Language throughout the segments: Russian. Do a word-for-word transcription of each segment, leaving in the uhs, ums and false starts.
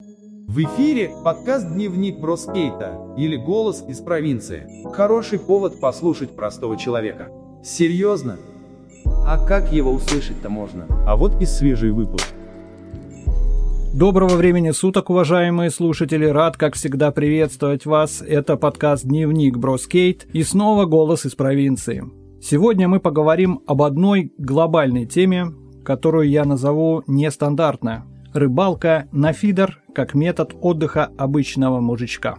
В эфире подкаст «Дневник Броскейта» или «Голос из провинции». Хороший повод послушать простого человека. Серьезно? А как его услышать-то можно? А вот и свежий выпуск. Доброго времени суток, уважаемые слушатели! Рад, как всегда, приветствовать вас. Это подкаст «Дневник Броскейт» и снова «Голос из провинции». Сегодня мы поговорим об одной глобальной теме, которую я назову нестандартно. Рыбалка на фидер как метод отдыха обычного мужичка.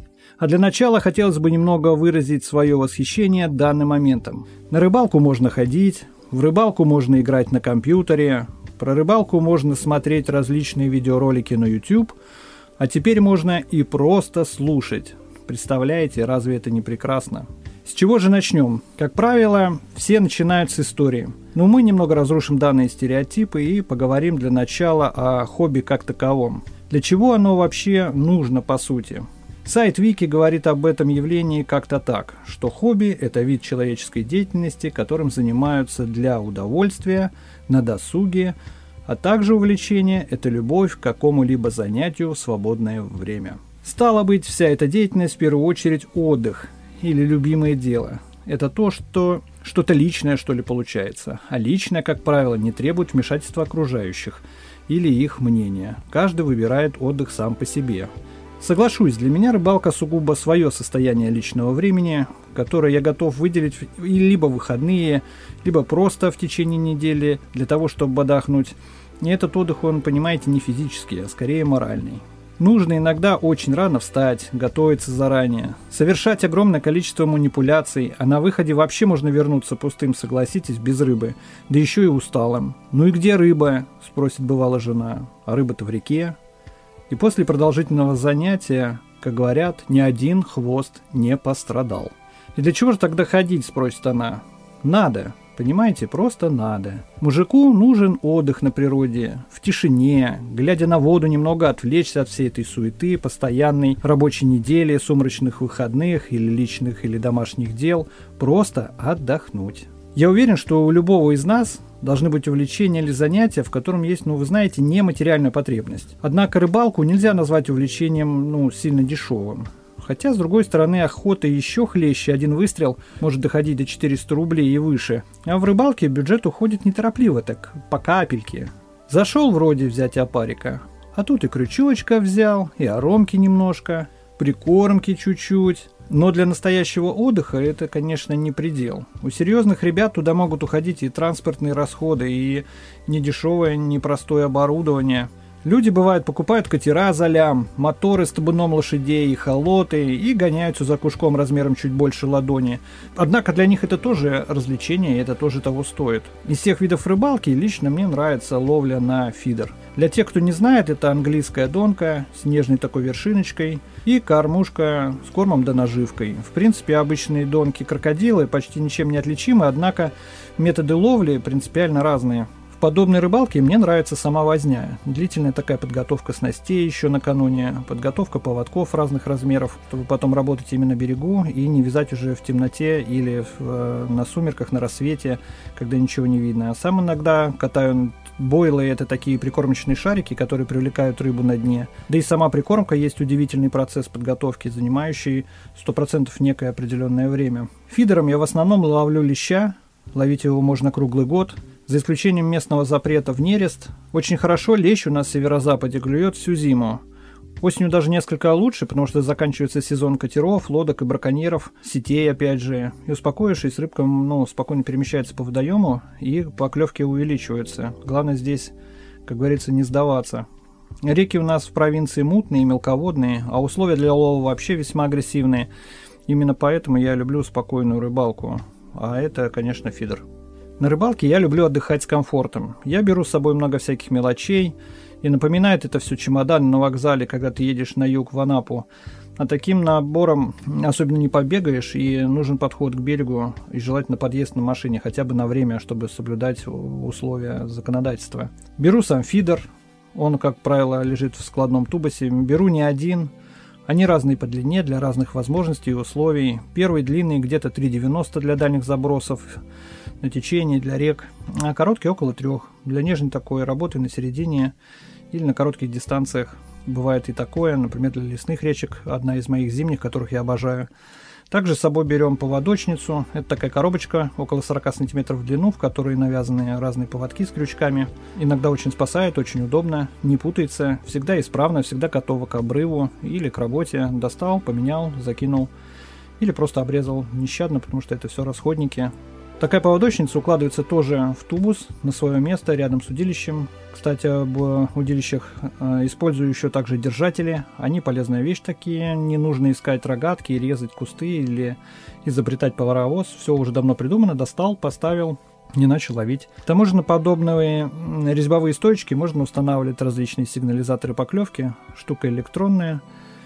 А для начала хотелось бы немного выразить свое восхищение данным моментом. На рыбалку можно ходить, в рыбалку можно играть на компьютере, про рыбалку можно смотреть различные видеоролики на YouTube, а теперь можно и просто слушать. Представляете, разве это не прекрасно? С чего же начнем? Как правило, все начинают с истории. Но мы немного разрушим данные стереотипы и поговорим для начала о хобби как таковом. Для чего оно вообще нужно по сути? Сайт Вики говорит об этом явлении как-то так, что хобби – это вид человеческой деятельности, которым занимаются для удовольствия, на досуге, а также увлечение – это любовь к какому-либо занятию в свободное время. Стало быть, вся эта деятельность в первую очередь отдых или любимое дело. Это то, что что-то личное, что ли, получается. А личное, как правило, не требует вмешательства окружающих или их мнения. Каждый выбирает отдых сам по себе. Соглашусь, для меня рыбалка сугубо свое состояние личного времени, которое я готов выделить либо в выходные, либо просто в течение недели для того, чтобы отдохнуть. И этот отдых, он, понимаете, не физический, а скорее моральный. Нужно иногда очень рано встать, готовиться заранее, совершать огромное количество манипуляций, а на выходе вообще можно вернуться пустым, согласитесь, без рыбы, да еще и усталым. «Ну и где рыба?» – спросит бывала жена. «А рыба-то в реке». И после продолжительного занятия, как говорят, ни один хвост не пострадал. «И для чего же тогда ходить?» – спросит она. «Надо». Понимаете, просто надо. Мужику нужен отдых на природе, в тишине, глядя на воду, немного отвлечься от всей этой суеты, постоянной рабочей недели, сумрачных выходных или личных или домашних дел, просто отдохнуть. Я уверен, что у любого из нас должны быть увлечения или занятия, в котором есть, ну вы знаете, нематериальная потребность. Однако рыбалку нельзя назвать увлечением, ну, сильно дешевым. Хотя, с другой стороны, охота еще хлеще, один выстрел может доходить до четыреста рублей и выше. А в рыбалке бюджет уходит неторопливо, так по капельке. Зашел вроде взять опарика, а тут и крючочка взял, и оромки немножко, прикормки чуть-чуть. Но для настоящего отдыха это, конечно, не предел. У серьезных ребят туда могут уходить и транспортные расходы, и недешевое, непростое оборудование. Люди, бывает, покупают катера за лям, моторы с табуном лошадей и холоты и гоняются за кушком размером чуть больше ладони. Однако для них это тоже развлечение, и это тоже того стоит. Из всех видов рыбалки лично мне нравится ловля на фидер. Для тех, кто не знает, это английская донка с нежной такой вершиночкой и кормушка с кормом да наживкой. В принципе, обычные донки-крокодилы почти ничем не отличимы, однако методы ловли принципиально разные. В подобной рыбалке мне нравится сама возня. Длительная такая подготовка снастей еще накануне, подготовка поводков разных размеров, чтобы потом работать именно на берегу и не вязать уже в темноте или в, на сумерках, на рассвете, когда ничего не видно. А сам иногда катаю бойлы, это такие прикормочные шарики, которые привлекают рыбу на дне. Да и сама прикормка есть удивительный процесс подготовки, занимающий сто процентов некое определенное время. Фидером я в основном ловлю леща, ловить его можно круглый год. За исключением местного запрета в нерест, очень хорошо лещ у нас в северо-западе клюет всю зиму. Осенью даже несколько лучше, потому что заканчивается сезон катеров, лодок и браконьеров, сетей опять же. И успокоившись, рыбка ну, спокойно перемещается по водоему и поклевки увеличиваются. Главное здесь, как говорится, не сдаваться. Реки у нас в провинции мутные, мелководные, а условия для лова вообще весьма агрессивные. Именно поэтому я люблю спокойную рыбалку. А это, конечно, фидер. На рыбалке я люблю отдыхать с комфортом. Я беру с собой много всяких мелочей, и напоминает это все чемодан на вокзале, когда ты едешь на юг в Анапу. А таким набором особенно не побегаешь, и нужен подход к берегу, и желательно подъезд на машине, хотя бы на время, чтобы соблюдать условия законодательства. Беру сам фидер, он, как правило, лежит в складном тубусе. Беру не один. Они разные по длине, для разных возможностей и условий. Первый длинный где-то три девяносто для дальних забросов, на течение, для рек, а короткий около трех. Для нежной такой работы на середине или на коротких дистанциях. Бывает и такое, например, для лесных речек, одна из моих зимних, которых я обожаю. Также с собой берем поводочницу. Это такая коробочка около сорок сантиметров в длину, в которой навязаны разные поводки с крючками. Иногда очень спасает, очень удобно, не путается, всегда исправно, всегда готова к обрыву или к работе. Достал, поменял, закинул или просто обрезал нещадно, потому что это все расходники. Такая поводочница укладывается тоже в тубус на свое место рядом с удилищем. Кстати, об удилищах э, использую еще также держатели. Они полезная вещь такие. Не нужно искать рогатки, резать кусты или изобретать поваровоз. Все уже давно придумано. Достал, поставил, не начал ловить. К тому же на подобные резьбовые стоечки можно устанавливать различные сигнализаторы поклевки. Штука электронная,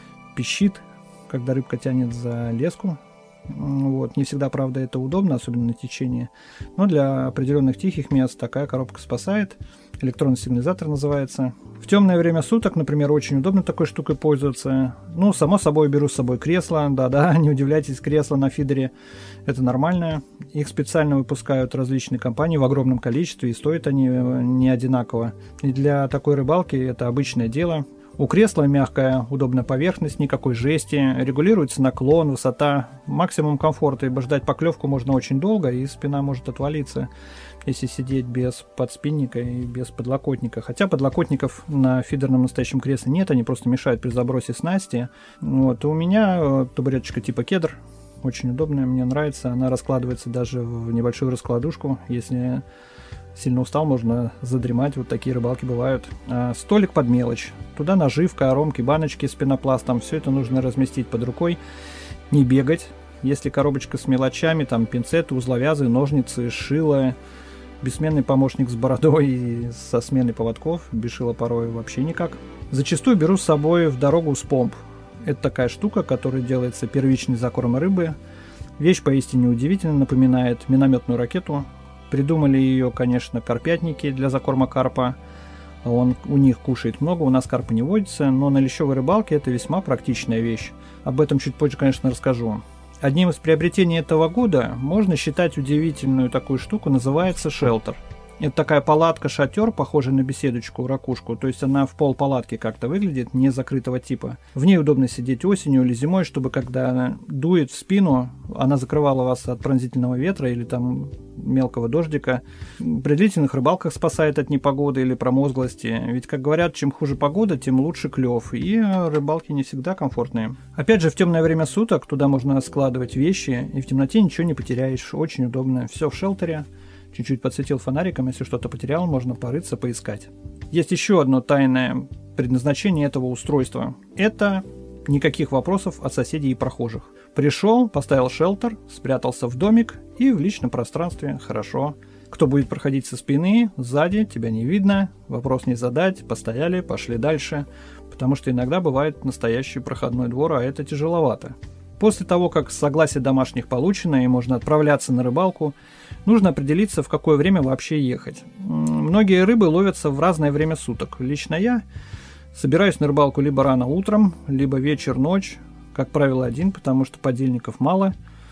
пищит, когда рыбка тянет за леску. Вот. Не всегда, правда, это удобно, особенно на течении. Но для определенных тихих мест такая коробка спасает. Электронный сигнализатор называется. В темное время суток, например, очень удобно такой штукой пользоваться. Ну, само собой, беру с собой кресло. Да-да, не удивляйтесь, кресло на фидере. Это нормально. Их специально выпускают различные компании в огромном количестве, и стоят они не одинаково. И для такой рыбалки это обычное дело. У кресла мягкая, удобная поверхность, никакой жести, регулируется наклон, высота, максимум комфорта, ибо ждать поклевку можно очень долго, и спина может отвалиться, если сидеть без подспинника и без подлокотника. Хотя подлокотников на фидерном настоящем кресле нет, они просто мешают при забросе снасти. Вот. У меня табуреточка типа кедр, очень удобная, мне нравится, она раскладывается даже в небольшую раскладушку, если сильно устал, можно задремать, вот такие рыбалки бывают. А, столик под мелочь. Туда наживка, ромки, баночки с пенопластом. Все это нужно разместить под рукой. Не бегать. Если коробочка с мелочами, там пинцеты, узловязы, ножницы, шило, бессменный помощник с бородой и со сменой поводков. Без шила порой вообще никак. Зачастую беру с собой в дорогу спомб. Это такая штука, которой делается первичный закорм рыбы. Вещь поистине удивительно, напоминает минометную ракету. Придумали ее, конечно, карпятники для закорма карпа. Он у них кушает много, у нас карпа не водится, но на лещевой рыбалке это весьма практичная вещь. Об этом чуть позже, конечно, расскажу. Одним из приобретений этого года можно считать удивительную такую штуку, называется шелтер. Это такая палатка-шатер, похожая на беседочку, ракушку, то есть она в пол палатки как-то выглядит, не закрытого типа. В ней удобно сидеть осенью или зимой, чтобы когда она дует в спину, она закрывала вас от пронзительного ветра или там мелкого дождика. При длительных рыбалках спасает от непогоды или промозглости, ведь, как говорят, чем хуже погода, тем лучше клев, и рыбалки не всегда комфортные. Опять же, в темное время суток туда можно складывать вещи, и в темноте ничего не потеряешь, очень удобно, все в шелтере. Чуть-чуть подсветил фонариком, если что-то потерял, можно порыться, поискать. Есть еще одно тайное предназначение этого устройства. Это никаких вопросов от соседей и прохожих. Пришел, поставил шелтер, спрятался в домик и в личном пространстве. Хорошо. Кто будет проходить со спины, сзади, тебя не видно, вопрос не задать, постояли, пошли дальше. Потому что иногда бывает настоящий проходной двор, а это тяжеловато. После того, как согласие домашних получено и можно отправляться на рыбалку, нужно определиться, в какое время вообще ехать. Многие рыбы ловятся в разное время суток. Лично я собираюсь на рыбалку либо рано утром, либо вечер-ночь, как правило, один, потому что подельников мало.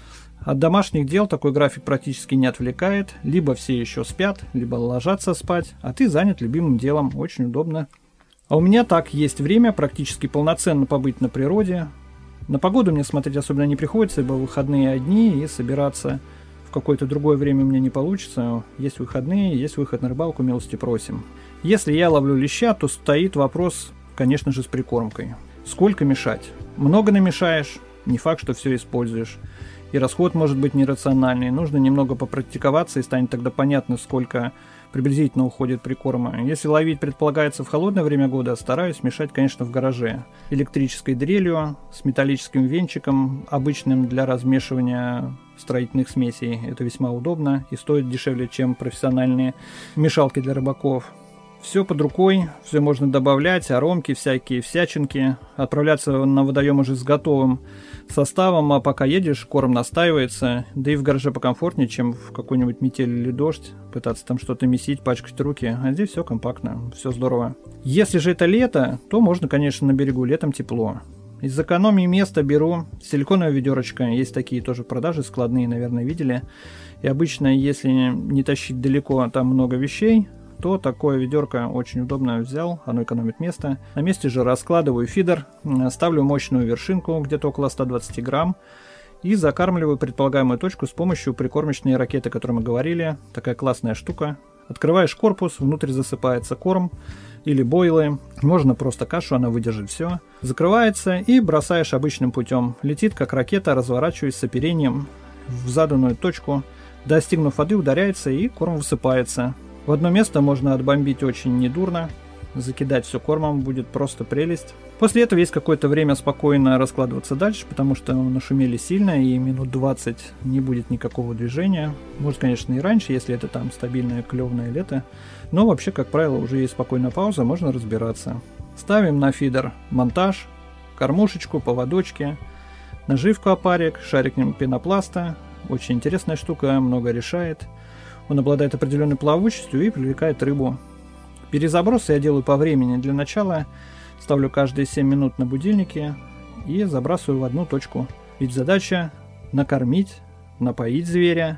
От домашних дел такой график практически не отвлекает. Либо все еще спят, либо ложатся спать, а ты занят любимым делом. Очень удобно. А у меня так есть время практически полноценно побыть на природе. На погоду мне смотреть особенно не приходится, ибо выходные одни, и собираться в какое-то другое время у меня не получится. Есть выходные, есть выход на рыбалку, милости просим. Если я ловлю леща, то стоит вопрос, конечно же, с прикормкой. Сколько мешать? Много намешаешь, не факт, что все используешь. И расход может быть нерациональный. Нужно немного попрактиковаться, и станет тогда понятно, сколько приблизительно уходит прикорма. Если ловить предполагается в холодное время года, стараюсь мешать, конечно, в гараже. Электрической дрелью, с металлическим венчиком, обычным для размешивания строительных смесей. Это весьма удобно и стоит дешевле, чем профессиональные мешалки для рыбаков. Все под рукой, все можно добавлять, аромки, всякие всячинки, отправляться на водоем уже с готовым составом, а пока едешь, корм настаивается, да и в гараже покомфортнее, чем в какой-нибудь метель или дождь, пытаться там что-то месить, пачкать руки, а здесь все компактно, все здорово. Если же это лето, то можно, конечно, на берегу, летом тепло. Из экономии места беру силиконовая ведерочка, есть такие тоже продажи складные, наверное, видели, и обычно, если не тащить далеко, там много вещей, то такое ведерко очень удобно взял, оно экономит место. На месте же раскладываю фидер, ставлю мощную вершинку, где-то около ста двадцати грамм, и закармливаю предполагаемую точку с помощью прикормочной ракеты, о которой мы говорили. Такая классная штука. Открываешь корпус, внутрь засыпается корм или бойлы. Можно просто кашу, она выдержит все. Закрывается и бросаешь обычным путем. Летит как ракета, разворачиваясь с оперением в заданную точку. Достигнув воды, ударяется и корм высыпается. В одно место можно отбомбить очень недурно. Закидать все кормом будет просто прелесть. После этого есть какое-то время спокойно раскладываться дальше, потому что нашумели сильно и минут двадцать не будет никакого движения. Может, конечно, и раньше, если это там стабильное клевное лето. Но вообще, как правило, уже есть спокойная пауза, можно разбираться. Ставим на фидер монтаж, кормушечку, поводочки, наживку опарик, шарик пенопласта. Очень интересная штука, много решает. Он обладает определенной плавучестью и привлекает рыбу. Перезабросы я делаю по времени. Для начала ставлю каждые семь минут на будильнике и забрасываю в одну точку. Ведь задача накормить, напоить зверя.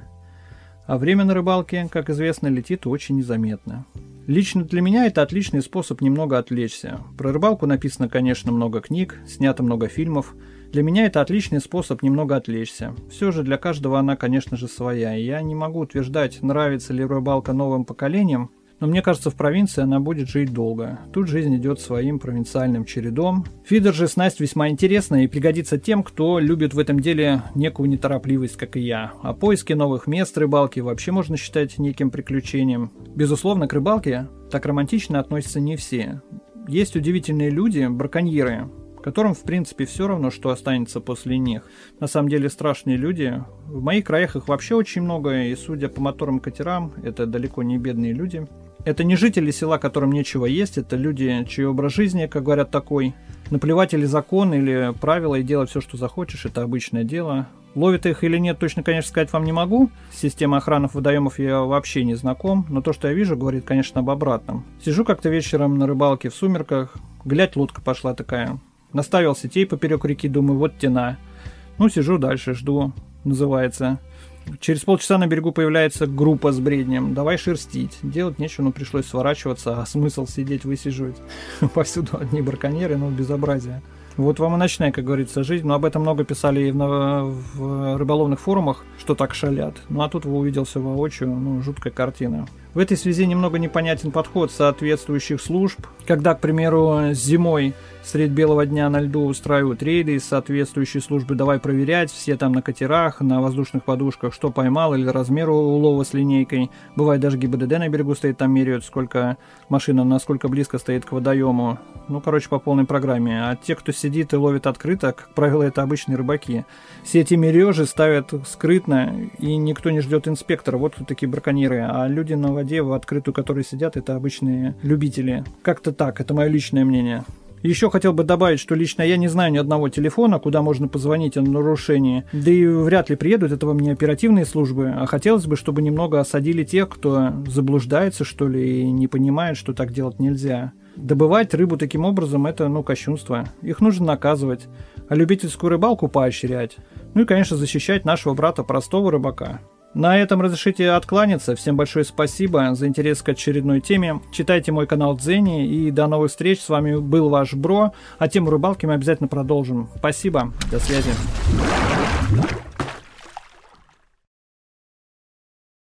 А время на рыбалке, как известно, летит очень незаметно. Лично для меня это отличный способ немного отвлечься. Про рыбалку написано, конечно, много книг, снято много фильмов. Для меня это отличный способ немного отвлечься. Все же для каждого она, конечно же, своя. И я не могу утверждать, нравится ли рыбалка новым поколениям, но мне кажется, в провинции она будет жить долго. Тут жизнь идет своим провинциальным чередом. Фидер же снасть весьма интересная и пригодится тем, кто любит в этом деле некую неторопливость, как и я. А поиски новых мест рыбалки вообще можно считать неким приключением. Безусловно, к рыбалке так романтично относятся не все. Есть удивительные люди, браконьеры, которым, в принципе, все равно, что останется после них. На самом деле, страшные люди. В моих краях их вообще очень много, и, судя по моторным катерам, это далеко не бедные люди. Это не жители села, которым нечего есть, это люди, чей образ жизни, как говорят, такой. Наплевать или закон, или правила, и делать все, что захочешь, это обычное дело. Ловит их или нет, точно, конечно, сказать вам не могу. С системой охраны водоемов я вообще не знаком, но то, что я вижу, говорит, конечно, об обратном. Сижу как-то вечером на рыбалке в сумерках, глядь, лодка пошла такая. Наставил сетей поперек реки, думаю, вот тена. Ну, сижу дальше, жду, называется. Через полчаса на берегу появляется группа с бреднем. Давай шерстить. Делать нечего, но пришлось сворачиваться, а смысл сидеть высиживать. Повсюду одни браконьеры, ну, безобразие. Вот вам и ночная, как говорится, жизнь. Но об этом много писали и в, в рыболовных форумах, что так шалят. Ну, а тут вы увидел все воочию, ну, жуткая картина. В этой связи немного непонятен подход соответствующих служб. Когда, к примеру, зимой средь белого дня на льду устраивают рейды из соответствующей службы, давай проверять, все там на катерах, на воздушных подушках, что поймал, или размер улова с линейкой. Бывает, даже ГИБДД на берегу стоит, там меряют, сколько машина, насколько близко стоит к водоему. Ну, короче, по полной программе. А те, кто сидит и ловит открыто, как правило, это обычные рыбаки. Все эти мережи ставят скрытно, и никто не ждет инспектора. Вот тут такие браконьеры. А люди на воде в открытую, которые сидят, это обычные любители. Как-то так, это мое личное мнение. Еще хотел бы добавить, что лично я не знаю ни одного телефона, куда можно позвонить о нарушении, да и вряд ли приедут, это вам не оперативные службы, а хотелось бы, чтобы немного осадили тех, кто заблуждается, что ли, и не понимает, что так делать нельзя. Добывать рыбу таким образом – это, ну, кощунство. Их нужно наказывать, а любительскую рыбалку поощрять. Ну и, конечно, защищать нашего брата простого рыбака. На этом разрешите откланяться. Всем большое спасибо за интерес к очередной теме. Читайте мой канал Дзени, и до новых встреч. С вами был ваш Бро, а тему рыбалки мы обязательно продолжим. Спасибо, до связи.